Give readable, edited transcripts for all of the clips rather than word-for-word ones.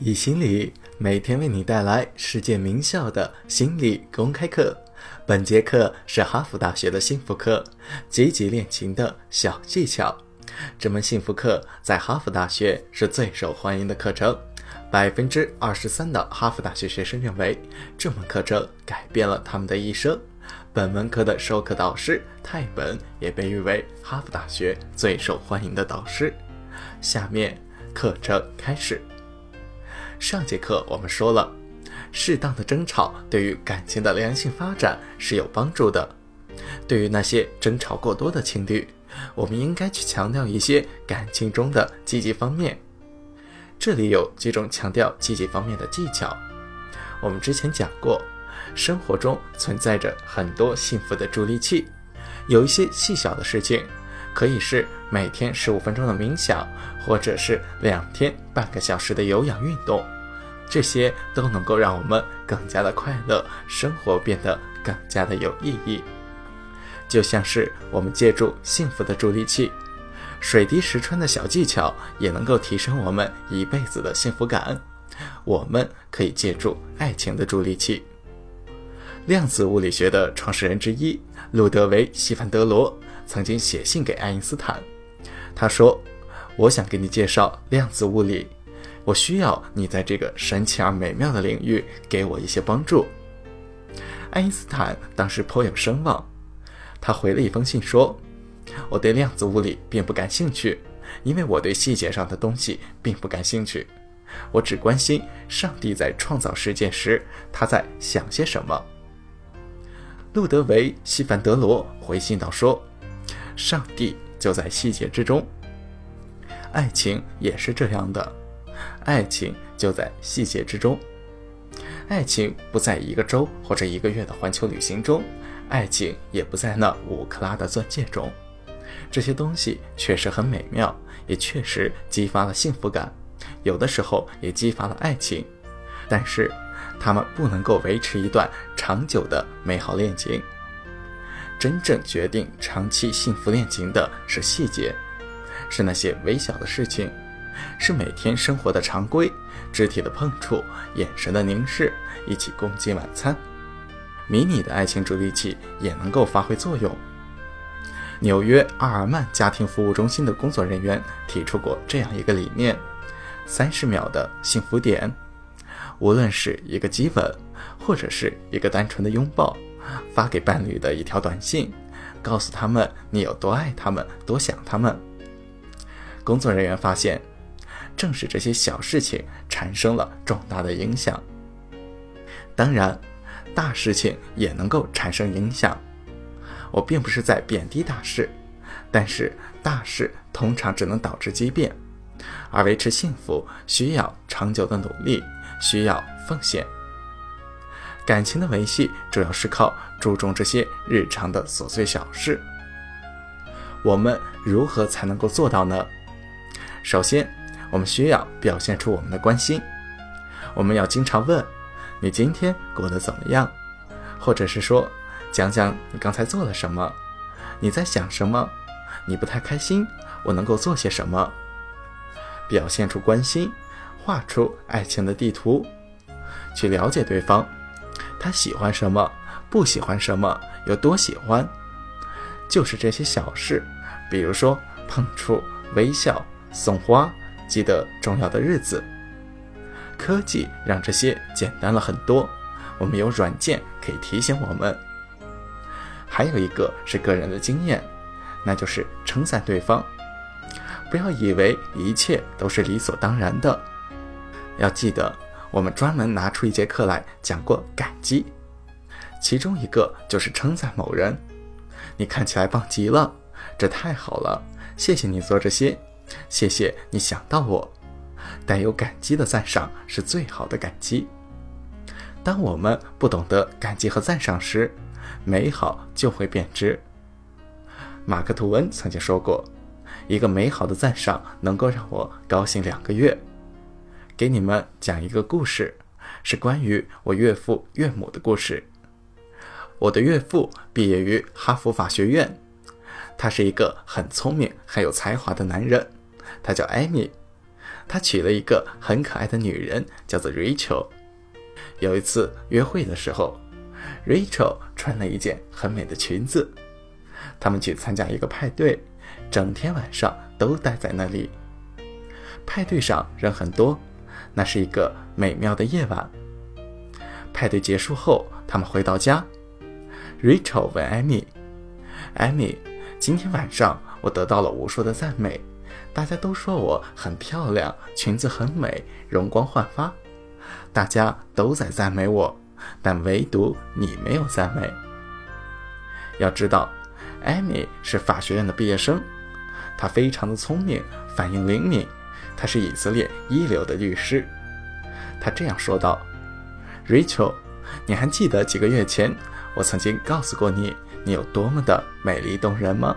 以心理每天为你带来世界名校的心理公开课。本节课是哈佛大学的幸福课，积极练琴的小技巧。这门幸福课在哈佛大学是最受欢迎的课程，23%的哈佛大学学生认为这门课程改变了他们的一生。本门课的授课导师泰本也被誉为哈佛大学最受欢迎的导师。下面课程开始。上节课我们说了，适当的争吵对于感情的良性发展是有帮助的。对于那些争吵过多的情侣，我们应该去强调一些感情中的积极方面。这里有几种强调积极方面的技巧。我们之前讲过，生活中存在着很多幸福的助力器，有一些细小的事情，可以是每天15分钟的冥想，或者是2天半个小时的有氧运动，这些都能够让我们更加的快乐，生活变得更加的有意义。就像是我们借助幸福的助力器，水滴石穿的小技巧也能够提升我们一辈子的幸福感。我们可以借助爱情的助力器。量子物理学的创始人之一路德维·西范德罗曾经写信给爱因斯坦，他说，我想给你介绍量子物理，我需要你在这个神奇而美妙的领域给我一些帮助。爱因斯坦当时颇有声望，他回了一封信说，我对量子物理并不感兴趣，因为我对细节上的东西并不感兴趣，我只关心上帝在创造世界时他在想些什么。路德维·西范德罗回信道说，上帝就在细节之中，爱情也是这样的，爱情就在细节之中。爱情不在1个周或者1个月的环球旅行中，爱情也不在那5克拉的钻戒中。这些东西确实很美妙，也确实激发了幸福感，有的时候也激发了爱情，但是它们不能够维持一段长久的美好恋情。真正决定长期幸福恋情的是细节，是那些微小的事情，是每天生活的常规，肢体的碰触，眼神的凝视，一起共进晚餐。迷你的爱情助力器也能够发挥作用。纽约阿尔曼家庭服务中心的工作人员提出过这样一个理念：30秒的幸福点。无论是一个激吻，或者是一个单纯的拥抱，发给伴侣的一条短信，告诉他们你有多爱他们，多想他们。工作人员发现，正是这些小事情产生了重大的影响。当然，大事情也能够产生影响。我并不是在贬低大事，但是大事通常只能导致畸变，而维持幸福需要长久的努力，需要奉献。感情的维系主要是靠注重这些日常的琐碎小事。我们如何才能够做到呢？首先，我们需要表现出我们的关心。我们要经常问，你今天过得怎么样？或者是说，讲讲你刚才做了什么？你在想什么？你不太开心，我能够做些什么？表现出关心，画出爱情的地图，去了解对方，他喜欢什么，不喜欢什么，有多喜欢。就是这些小事，比如说碰触、微笑、送花，记得重要的日子。科技让这些简单了很多，我们有软件可以提醒我们。还有一个是个人的经验，那就是称赞对方。不要以为一切都是理所当然的。要记得，我们专门拿出一节课来讲过感激，其中一个就是称赞某人。你看起来棒极了，这太好了，谢谢你做这些，谢谢你想到我。带有感激的赞赏是最好的感激。当我们不懂得感激和赞赏时，美好就会变质。马克·吐温曾经说过，一个美好的赞赏能够让我高兴2个月。给你们讲一个故事，是关于我岳父岳母的故事。我的岳父毕业于哈佛法学院，他是一个很聪明很有才华的男人，他叫艾米。 他娶了一个很可爱的女人，叫做 Rachel。 有一次约会的时候， Rachel 穿了一件很美的裙子，他们去参加一个派对，整天晚上都待在那里。派对上人很多，那是一个美妙的夜晚。派对结束后，他们回到家， Rachel 问艾米，今天晚上我得到了无数的赞美，大家都说我很漂亮，裙子很美，容光焕发，大家都在赞美我，但唯独你没有赞美。要知道，艾米是法学院的毕业生，她非常的聪明，反应灵敏，她是以色列一流的律师。她这样说道， Rachel， 你还记得几个月前我曾经告诉过你，你有多么的美丽动人吗？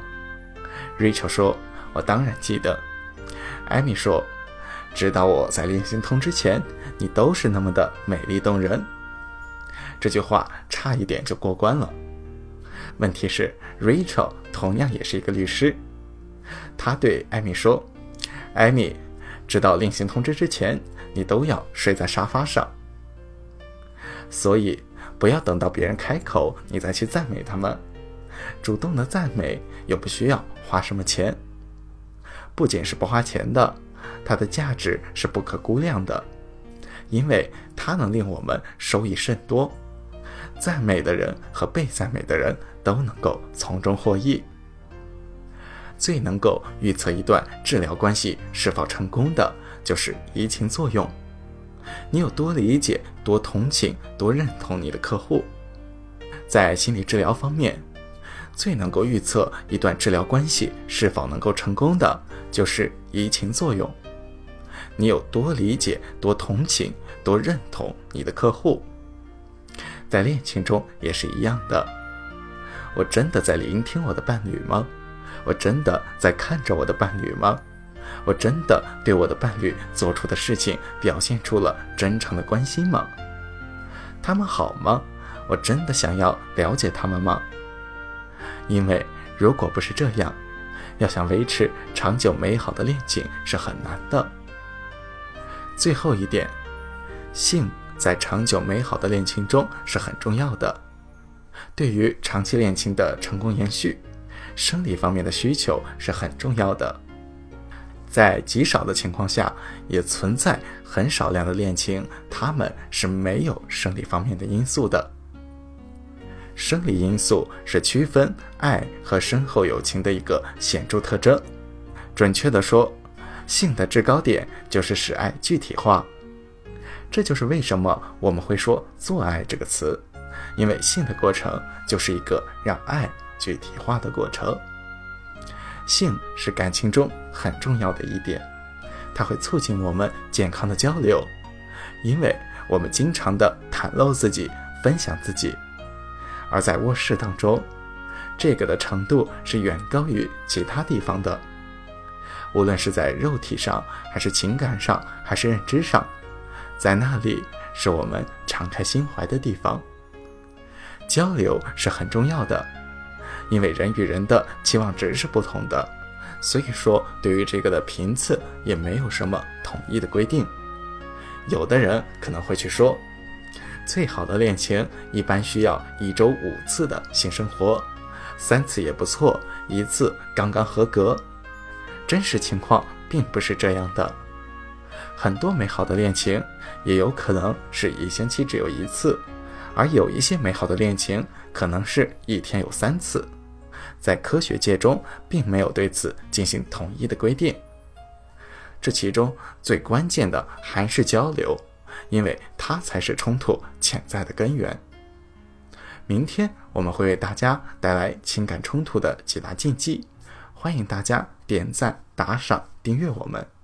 Rachel 说，我当然记得。艾米说，直到我在恋心通之前，你都是那么的美丽动人。这句话差一点就过关了。问题是 Rachel 同样也是一个律师，他对艾米说，艾米，直到另行通知之前，你都要睡在沙发上。所以不要等到别人开口你再去赞美他们，主动的赞美又不需要花什么钱，不仅是不花钱的，它的价值是不可估量的，因为它能令我们收益甚多，赞美的人和被赞美的人都能够从中获益。最能够预测一段治疗关系是否成功的，就是移情作用。你有多理解、多同情、多认同你的客户。在心理治疗方面，最能够预测一段治疗关系是否能够成功的，就是移情作用。你有多理解、多同情、多认同你的客户。在恋情中也是一样的。我真的在聆听我的伴侣吗？我真的在看着我的伴侣吗？我真的对我的伴侣做出的事情表现出了真诚的关心吗？他们好吗？我真的想要了解他们吗？因为如果不是这样，要想维持长久美好的恋情是很难的。最后一点，性在长久美好的恋情中是很重要的。对于长期恋情的成功延续，生理方面的需求是很重要的。在极少的情况下，也存在很少量的恋情，它们是没有生理方面的因素的。生理因素是区分爱和深厚友情的一个显著特征。准确地说，性的制高点就是使爱具体化。这就是为什么我们会说做爱这个词，因为性的过程就是一个让爱具体化的过程。性是感情中很重要的一点，它会促进我们健康的交流，因为我们经常的袒露自己，分享自己。而在卧室当中，这个的程度是远高于其他地方的。无论是在肉体上，还是情感上，还是认知上，在那里是我们敞开心怀的地方。交流是很重要的，因为人与人的期望值是不同的，所以说对于这个的频次也没有什么统一的规定。有的人可能会去说，最好的恋情一般需要1周5次的性生活，3次也不错，1次刚刚合格。真实情况并不是这样的，很多美好的恋情也有可能是1星期只有1次，而有一些美好的恋情可能是1天有3次。在科学界中并没有对此进行统一的规定。这其中最关键的还是交流，因为它才是冲突潜在的根源。明天我们会为大家带来情感冲突的几大禁忌，欢迎大家点赞、打赏、订阅我们。